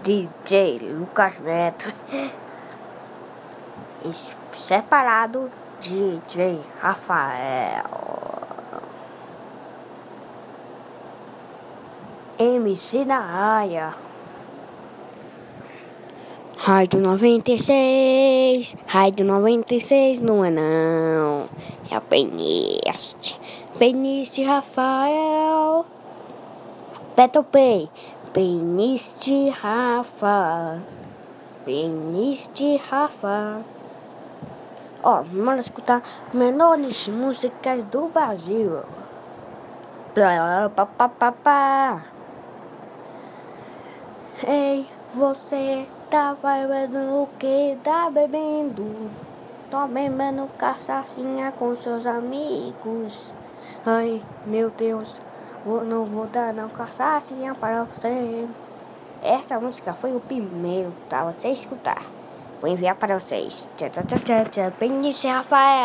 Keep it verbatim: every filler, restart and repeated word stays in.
D J Lucas Neto, separado D J Rafael, M C da Raia, Rádio noventa e seis, Rádio noventa e seis não é não, é a Peniste, Peniste Rafael, Beto Pay, Peniste Rafa, Peniste Rafa. Ó, oh, vamos escutar menores músicas do Brasil. Pá, pá, pá, pá, pá. Ei, você tá bebendo o que? Tá bebendo? Tô bebendo cachaçinha com seus amigos. Ai, meu Deus, eu não vou dar não cachaçinha para você. Essa música foi o primeiro para você escutar. Vou enviar para vocês. Tchau, tchau, tchau, tchau. Peniste Rafael.